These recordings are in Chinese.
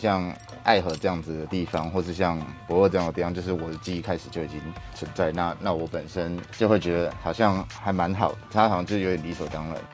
像爱河这样子的地方，或是像博尔这样的地方，就是我的记忆开始就已经存在。那我本身就会觉得好像还蛮好的，它好像就有点理所当然。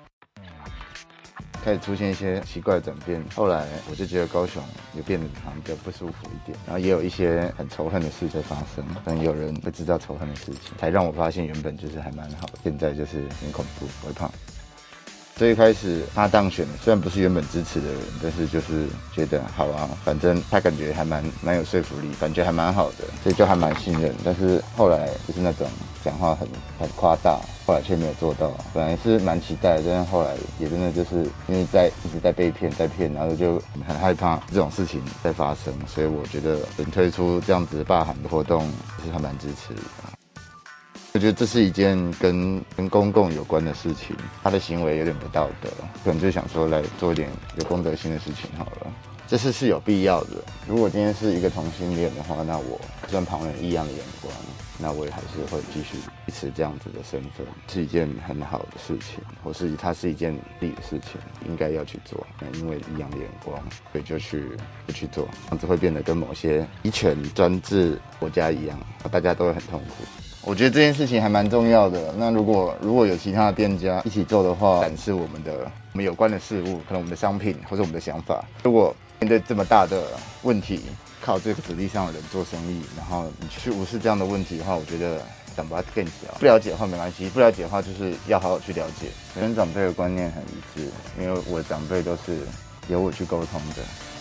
开始出现一些奇怪的转变，后来我就觉得高雄也变得好像比较不舒服一点，然后也有一些很仇恨的事在发生，可能有人会制造仇恨的事情，才让我发现原本就是还蛮好的，现在就是很恐怖，我会怕。最一开始他当选，虽然不是原本支持的人，但是就是觉得好啊，反正他感觉还蛮有说服力，感觉还蛮好的，所以就还蛮信任。但是后来就是那种讲话很夸大，后来却没有做到。本来是蛮期待的，但是后来也真的就是因为一直在被骗，然后就很害怕这种事情在发生，所以我觉得能推出这样子的罢韩的活动，是还蛮支持的。我觉得这是一件跟公共有关的事情，他的行为有点不道德，可能就想说来做一点有公德心的事情好了。这是有必要的。如果今天是一个同性恋的话，那我就算旁人异样的眼光，那我也还是会继续维持这样子的身份，是一件很好的事情，或是它是一件对的事情，应该要去做。因为异样的眼光，所以就不去做，这样子会变得跟某些集权专制国家一样，大家都会很痛苦。我觉得这件事情还蛮重要的。那如果有其他的店家一起做的话，展示我们有关的事物，可能我们的商品或者我们的想法。如果面对这么大的问题，靠这个实力上的人做生意，然后你去无视这样的问题的话，我觉得想把它更小。不了解的话没关系，不了解的话就是要好好去了解。跟长辈的观念很一致，因为我的长辈都是由我去沟通的。